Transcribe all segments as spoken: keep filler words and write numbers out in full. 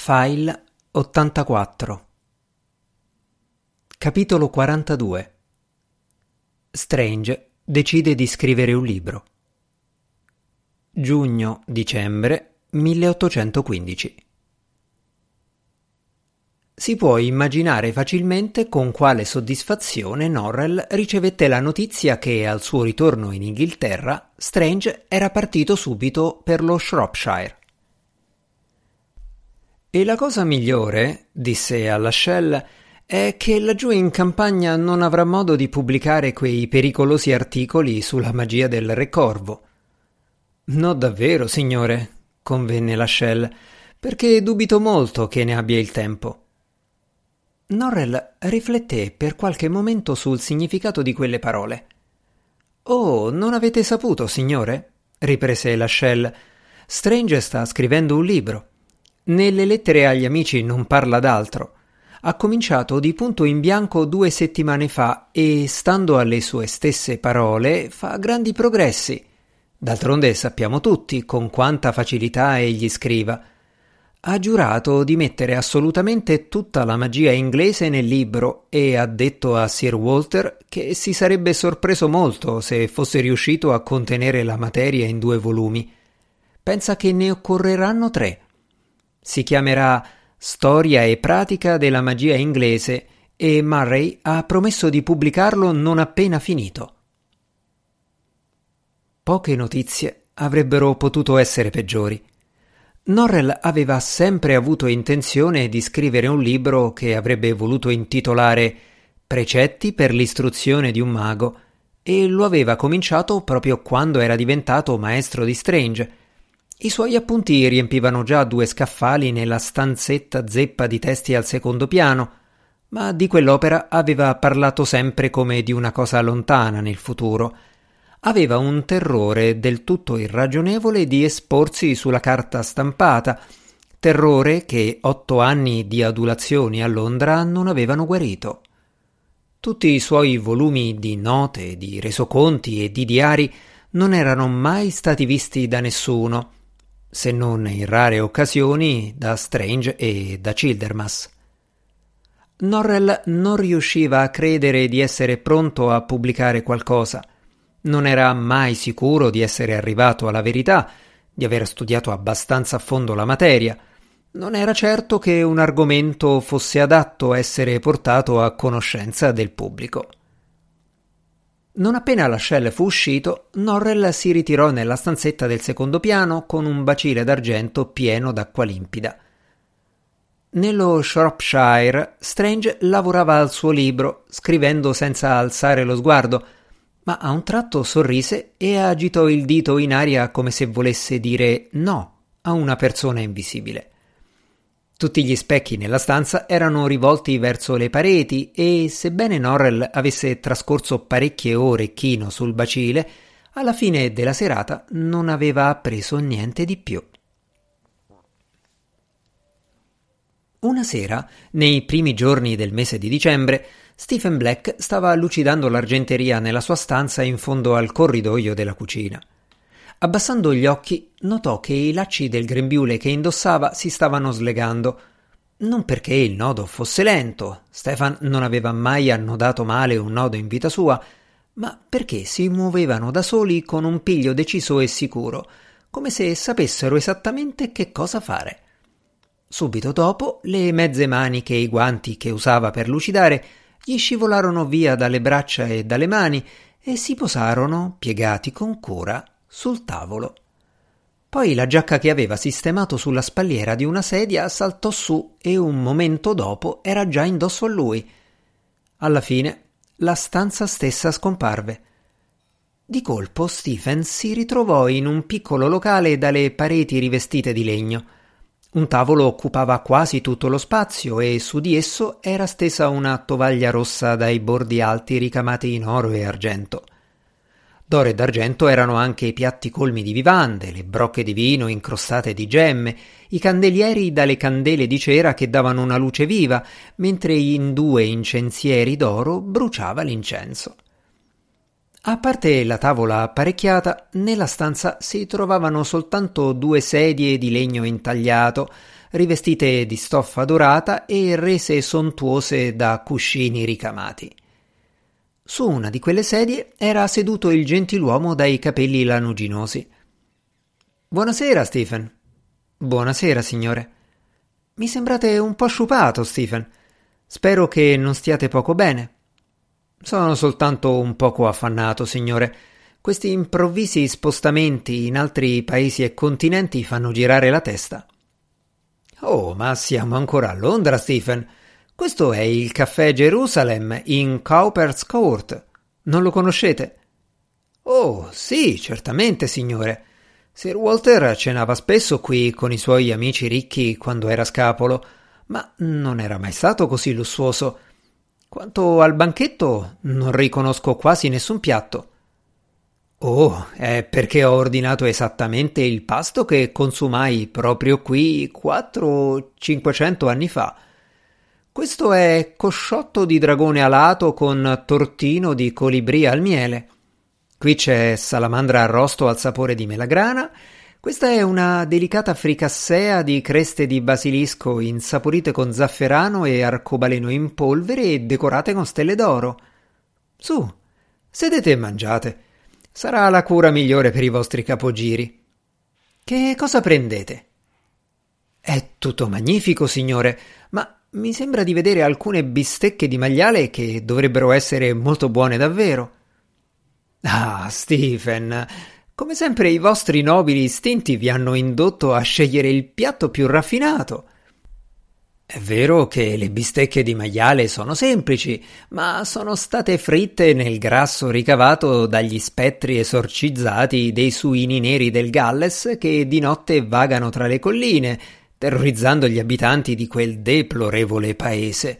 File ottantaquattro. Capitolo quarantadue. Strange decide di scrivere un libro. Giugno-dicembre milleottocentoquindici. Si può immaginare facilmente con quale soddisfazione Norrell ricevette la notizia che al suo ritorno in Inghilterra Strange era partito subito per lo Shropshire. E la cosa migliore, disse alla Shell, è che laggiù in campagna non avrà modo di pubblicare quei pericolosi articoli sulla magia del Re Corvo. No, davvero, signore, convenne la Shell, perché dubito molto che ne abbia il tempo. Norrell rifletté per qualche momento sul significato di quelle parole. «Oh, non avete saputo, signore?» riprese la Shell. «Strange sta scrivendo un libro. Nelle lettere agli amici non parla d'altro. Ha cominciato di punto in bianco due settimane fa e, stando alle sue stesse parole, fa grandi progressi. D'altronde sappiamo tutti con quanta facilità egli scriva. Ha giurato di mettere assolutamente tutta la magia inglese nel libro e ha detto a Sir Walter che si sarebbe sorpreso molto se fosse riuscito a contenere la materia in due volumi. Pensa che ne occorreranno tre. Si chiamerà Storia e pratica della magia inglese e Murray ha promesso di pubblicarlo non appena finito». Poche notizie avrebbero potuto essere peggiori. Norrell aveva sempre avuto intenzione di scrivere un libro che avrebbe voluto intitolare Precetti per l'istruzione di un mago e lo aveva cominciato proprio quando era diventato maestro di Strange. I suoi appunti riempivano già due scaffali nella stanzetta zeppa di testi al secondo piano, ma di quell'opera aveva parlato sempre come di una cosa lontana nel futuro. Aveva un terrore del tutto irragionevole di esporsi sulla carta stampata, terrore che otto anni di adulazioni a Londra non avevano guarito. Tutti i suoi volumi di note, di resoconti e di diari non erano mai stati visti da nessuno, se non in rare occasioni da Strange e da Childermas. Norrell non riusciva a credere di essere pronto a pubblicare qualcosa. Non era mai sicuro di essere arrivato alla verità, di aver studiato abbastanza a fondo la materia. Non era certo che un argomento fosse adatto a essere portato a conoscenza del pubblico. Non appena la Shell fu uscito, Norrell si ritirò nella stanzetta del secondo piano con un bacile d'argento pieno d'acqua limpida. Nello Shropshire, Strange lavorava al suo libro, scrivendo senza alzare lo sguardo, ma a un tratto sorrise e agitò il dito in aria come se volesse dire no a una persona invisibile. Tutti gli specchi nella stanza erano rivolti verso le pareti e, sebbene Norrell avesse trascorso parecchie ore chino sul bacile, alla fine della serata non aveva appreso niente di più. Una sera, nei primi giorni del mese di dicembre, Stephen Black stava lucidando l'argenteria nella sua stanza in fondo al corridoio della cucina. Abbassando gli occhi, notò che i lacci del grembiule che indossava si stavano slegando. Non perché il nodo fosse lento, Stefan non aveva mai annodato male un nodo in vita sua, ma perché si muovevano da soli con un piglio deciso e sicuro, come se sapessero esattamente che cosa fare. Subito dopo, le mezze maniche e i guanti che usava per lucidare gli scivolarono via dalle braccia e dalle mani e si posarono, piegati con cura, sul tavolo. Poi la giacca che aveva sistemato sulla spalliera di una sedia saltò su e un momento dopo era già indosso a lui. Alla fine la stanza stessa scomparve. Di colpo Stephen si ritrovò in un piccolo locale dalle pareti rivestite di legno. Un tavolo occupava quasi tutto lo spazio e su di esso era stesa una tovaglia rossa dai bordi alti ricamati in oro e argento. D'oro ed d'argento erano anche i piatti colmi di vivande, le brocche di vino incrostate di gemme, i candelieri dalle candele di cera che davano una luce viva, mentre in due incensieri d'oro bruciava l'incenso. A parte la tavola apparecchiata, nella stanza si trovavano soltanto due sedie di legno intagliato, rivestite di stoffa dorata e rese sontuose da cuscini ricamati. Su una di quelle sedie era seduto il gentiluomo dai capelli lanuginosi. «Buonasera, Stephen». «Buonasera, signore». «Mi sembrate un po' sciupato, Stephen. Spero che non stiate poco bene». «Sono soltanto un poco affannato, signore. Questi improvvisi spostamenti in altri paesi e continenti fanno girare la testa». «Oh, ma siamo ancora a Londra, Stephen. Questo è il caffè Jerusalem in Cowper's Court. Non lo conoscete?» «Oh, sì, certamente, signore. Sir Walter cenava spesso qui con i suoi amici ricchi quando era scapolo, ma non era mai stato così lussuoso. Quanto al banchetto, non riconosco quasi nessun piatto». «Oh, è perché ho ordinato esattamente il pasto che consumai proprio qui quattro o cinquecento anni fa. Questo è cosciotto di dragone alato con tortino di colibria al miele. Qui c'è salamandra arrosto al sapore di melagrana. Questa è una delicata fricassea di creste di basilisco insaporite con zafferano e arcobaleno in polvere e decorate con stelle d'oro. Su, sedete e mangiate. Sarà la cura migliore per i vostri capogiri. Che cosa prendete?» «È tutto magnifico, signore, ma mi sembra di vedere alcune bistecche di maiale che dovrebbero essere molto buone davvero». «Ah, Stephen, come sempre i vostri nobili istinti vi hanno indotto a scegliere il piatto più raffinato. È vero che le bistecche di maiale sono semplici, ma sono state fritte nel grasso ricavato dagli spettri esorcizzati dei suini neri del Galles che di notte vagano tra le colline, terrorizzando gli abitanti di quel deplorevole paese.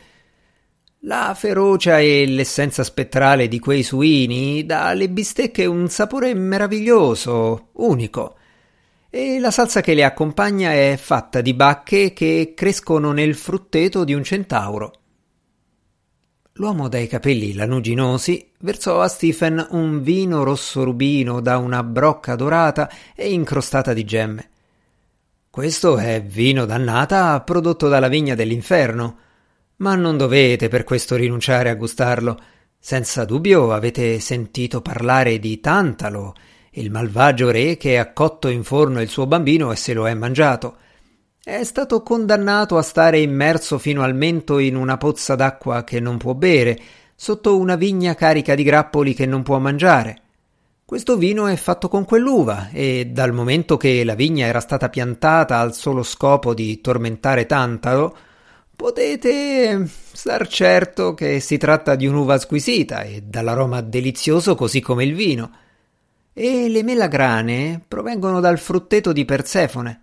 La ferocia e l'essenza spettrale di quei suini dà alle bistecche un sapore meraviglioso, unico. E la salsa che le accompagna è fatta di bacche che crescono nel frutteto di un centauro». L'uomo dai capelli lanuginosi versò a Stephen un vino rosso rubino da una brocca dorata e incrostata di gemme. «Questo è vino d'annata prodotto dalla vigna dell'inferno. Ma non dovete per questo rinunciare a gustarlo. Senza dubbio avete sentito parlare di Tantalo, il malvagio re che ha cotto in forno il suo bambino e se lo è mangiato. È stato condannato a stare immerso fino al mento in una pozza d'acqua che non può bere, sotto una vigna carica di grappoli che non può mangiare. Questo vino è fatto con quell'uva e dal momento che la vigna era stata piantata al solo scopo di tormentare Tantalo, potete star certo che si tratta di un'uva squisita e dall'aroma delizioso così come il vino. E le melagrane provengono dal frutteto di Persefone».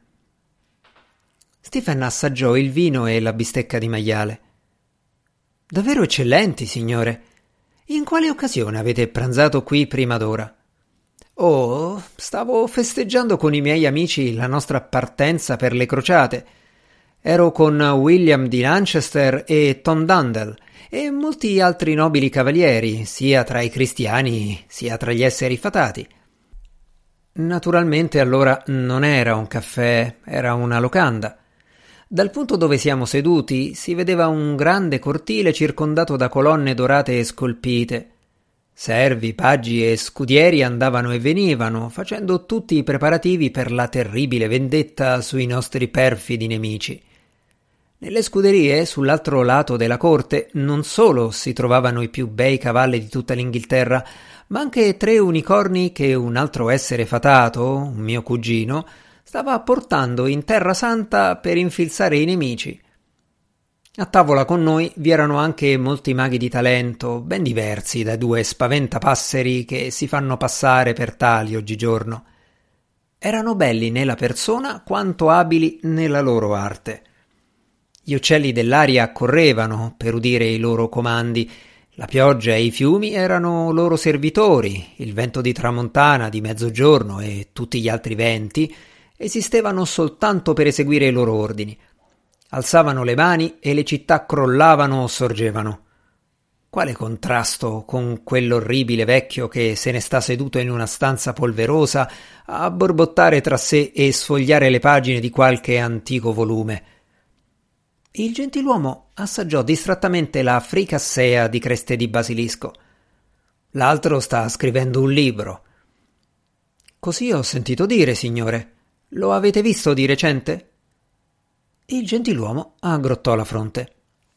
Stephen assaggiò il vino e la bistecca di maiale. «Davvero eccellenti, signore. In quale occasione avete pranzato qui prima d'ora?» «Oh, stavo festeggiando con i miei amici la nostra partenza per le crociate. Ero con William di Lancaster e Tom Dundell e molti altri nobili cavalieri, sia tra i cristiani sia tra gli esseri fatati». Naturalmente allora non era un caffè, era una locanda. Dal punto dove siamo seduti si vedeva un grande cortile circondato da colonne dorate e scolpite. Servi, paggi e scudieri andavano e venivano, facendo tutti i preparativi per la terribile vendetta sui nostri perfidi nemici. Nelle scuderie, sull'altro lato della corte, non solo si trovavano i più bei cavalli di tutta l'Inghilterra, ma anche tre unicorni che un altro essere fatato, un mio cugino, stava portando in Terra Santa per infilzare i nemici. A tavola con noi vi erano anche molti maghi di talento, ben diversi dai due spaventapasseri che si fanno passare per tali oggigiorno. Erano belli nella persona quanto abili nella loro arte. Gli uccelli dell'aria correvano per udire i loro comandi, la pioggia e i fiumi erano loro servitori, il vento di tramontana, di mezzogiorno e tutti gli altri venti esistevano soltanto per eseguire i loro ordini. Alzavano le mani e le città crollavano o sorgevano. quale contrasto con quell'orribile vecchio che se ne sta seduto in una stanza polverosa a borbottare tra sé e sfogliare le pagine di qualche antico volume. Il gentiluomo assaggiò distrattamente la fricassea di creste di basilisco. L'altro sta scrivendo un libro. Così ho sentito dire, signore. Lo avete visto di recente? Il gentiluomo aggrottò la fronte.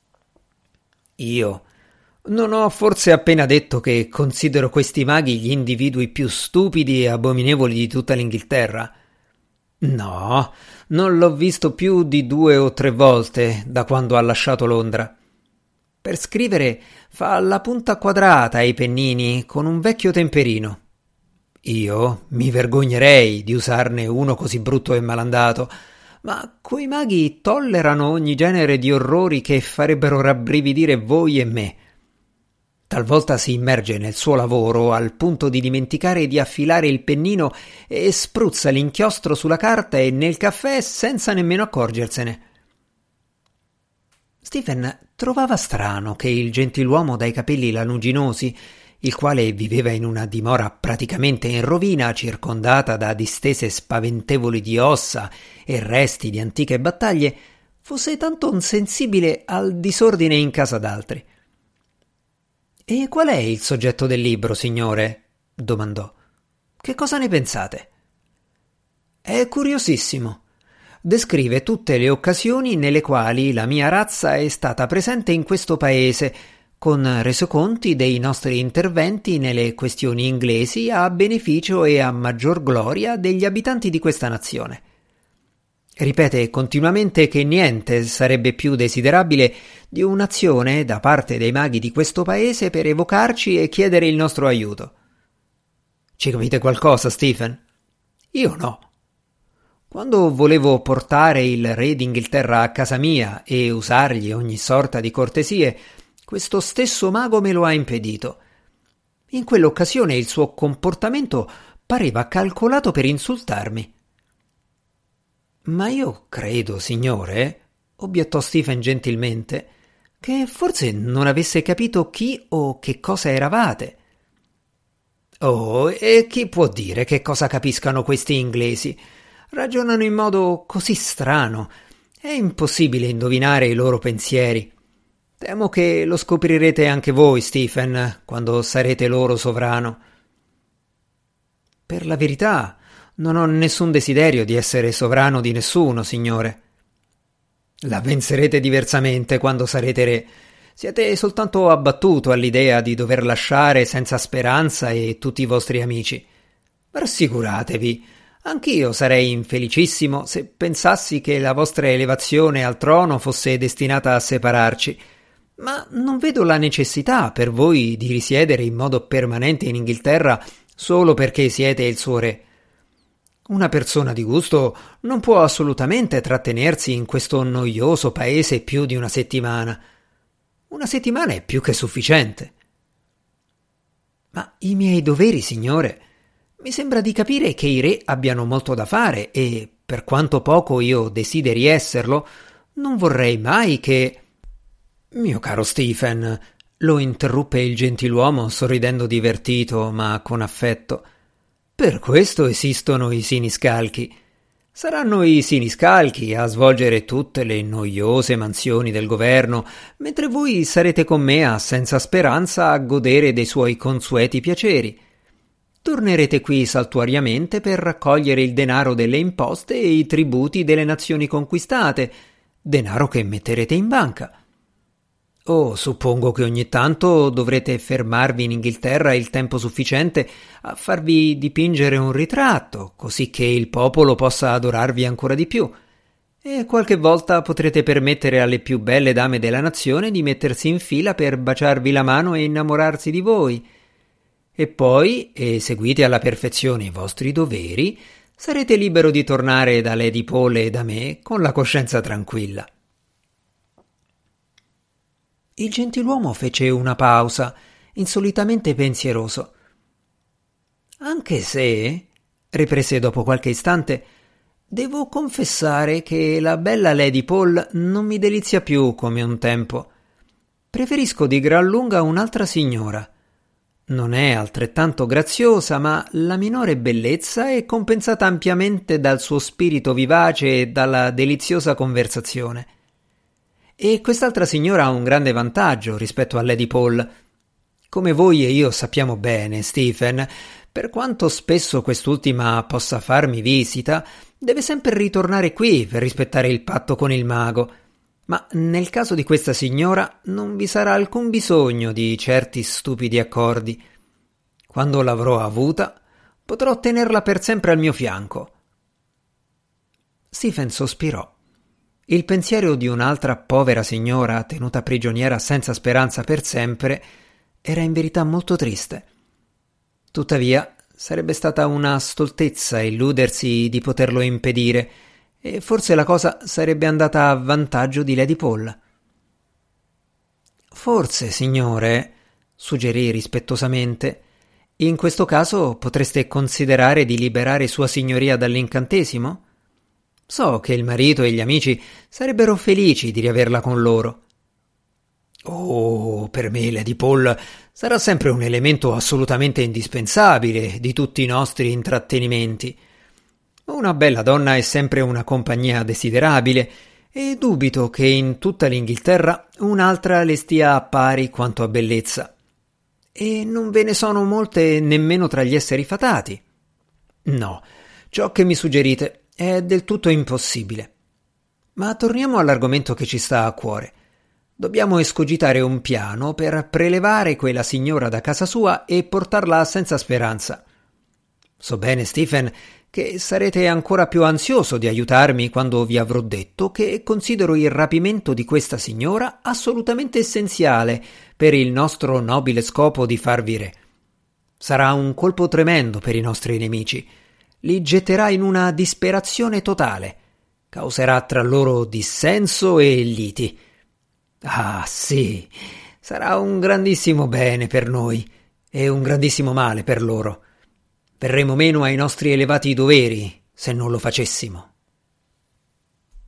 Io non ho forse appena detto che considero questi maghi gli individui più stupidi e abominevoli di tutta l'Inghilterra? No, non l'ho visto più di due o tre volte da quando ha lasciato Londra. Per scrivere fa la punta quadrata ai pennini con un vecchio temperino. Io mi vergognerei di usarne uno così brutto e malandato, ma quei maghi tollerano ogni genere di orrori che farebbero rabbrividire voi e me. Talvolta si immerge nel suo lavoro al punto di dimenticare di affilare il pennino e spruzza l'inchiostro sulla carta e nel caffè senza nemmeno accorgersene. Stephen trovava strano che il gentiluomo dai capelli lanuginosi, il quale viveva in una dimora praticamente in rovina, circondata da distese spaventevoli di ossa e resti di antiche battaglie, fosse tanto insensibile al disordine in casa d'altri. «E qual è il soggetto del libro, signore?» domandò. «Che cosa ne pensate?» «È curiosissimo. Descrive tutte le occasioni nelle quali la mia razza è stata presente in questo paese, con resoconti dei nostri interventi nelle questioni inglesi a beneficio e a maggior gloria degli abitanti di questa nazione. Ripete continuamente che niente sarebbe più desiderabile di un'azione da parte dei maghi di questo paese per evocarci e chiedere il nostro aiuto. Ci capite qualcosa, Stephen? Io no. Quando volevo portare il re d'Inghilterra a casa mia e usargli ogni sorta di cortesie, questo stesso mago me lo ha impedito. In quell'occasione il suo comportamento pareva calcolato per insultarmi. «Ma io credo, signore», obiettò Stephen gentilmente, «che forse non avesse capito chi o che cosa eravate». «Oh, e chi può dire che cosa capiscano questi inglesi? Ragionano in modo così strano. È impossibile indovinare i loro pensieri. Temo che lo scoprirete anche voi, Stephen, quando sarete loro sovrano». «Per la verità, non ho nessun desiderio di essere sovrano di nessuno, signore». «La penserete diversamente quando sarete re. Siete soltanto abbattuto all'idea di dover lasciare senza speranza e tutti i vostri amici. Rassicuratevi, anch'io sarei infelicissimo se pensassi che la vostra elevazione al trono fosse destinata a separarci, ma non vedo la necessità per voi di risiedere in modo permanente in Inghilterra solo perché siete il suo re. Una persona di gusto non può assolutamente trattenersi in questo noioso paese più di una settimana. Una settimana è più che sufficiente». «Ma i miei doveri, signore? Mi sembra di capire che i re abbiano molto da fare e, per quanto poco io desideri esserlo, non vorrei mai che...» «Mio caro Stephen», lo interruppe il gentiluomo sorridendo divertito ma con affetto, «per questo esistono i siniscalchi. Saranno i siniscalchi a svolgere tutte le noiose mansioni del governo, mentre voi sarete con me a Senza Speranza a godere dei suoi consueti piaceri. Tornerete qui saltuariamente per raccogliere il denaro delle imposte e i tributi delle nazioni conquistate, denaro che metterete in banca. Oh, suppongo che ogni tanto dovrete fermarvi in Inghilterra il tempo sufficiente a farvi dipingere un ritratto, così che il popolo possa adorarvi ancora di più, e qualche volta potrete permettere alle più belle dame della nazione di mettersi in fila per baciarvi la mano e innamorarsi di voi. E poi, eseguiti alla perfezione i vostri doveri, sarete libero di tornare da Lady Pole e da me con la coscienza tranquilla». Il gentiluomo fece una pausa, insolitamente pensieroso. «Anche se», riprese dopo qualche istante, «devo confessare che la bella Lady Pole non mi delizia più come un tempo. Preferisco di gran lunga un'altra signora. Non è altrettanto graziosa, ma la minore bellezza è compensata ampiamente dal suo spirito vivace e dalla deliziosa conversazione. E quest'altra signora ha un grande vantaggio rispetto a Lady Paul. Come voi e io sappiamo bene, Stephen, per quanto spesso quest'ultima possa farmi visita, deve sempre ritornare qui per rispettare il patto con il mago. Ma nel caso di questa signora non vi sarà alcun bisogno di certi stupidi accordi. Quando l'avrò avuta, potrò tenerla per sempre al mio fianco. Stephen sospirò. Il pensiero di un'altra povera signora tenuta prigioniera senza speranza per sempre era in verità molto triste. Tuttavia, sarebbe stata una stoltezza illudersi di poterlo impedire, e forse la cosa sarebbe andata a vantaggio di Lady Paul. Forse, signore, suggerì rispettosamente, in questo caso potreste considerare di liberare sua signoria dall'incantesimo? So che il marito e gli amici sarebbero felici di riaverla con loro. Oh, per me Lady Paul sarà sempre un elemento assolutamente indispensabile di tutti i nostri intrattenimenti. Una bella donna è sempre una compagnia desiderabile e dubito che in tutta l'Inghilterra un'altra le stia a pari quanto a bellezza. E non ve ne sono molte nemmeno tra gli esseri fatati. No, ciò che mi suggerite è del tutto impossibile. Ma torniamo all'argomento che ci sta a cuore. Dobbiamo escogitare un piano per prelevare quella signora da casa sua e portarla a Senza Speranza. So bene, Stephen, che sarete ancora più ansioso di aiutarmi quando vi avrò detto che considero il rapimento di questa signora assolutamente essenziale per il nostro nobile scopo di farvi re. Sarà un colpo tremendo per i nostri nemici. Li getterà in una disperazione totale. Causerà tra loro dissenso e liti. Ah, sì, sarà un grandissimo bene per noi e un grandissimo male per loro. Verremo meno ai nostri elevati doveri se non lo facessimo.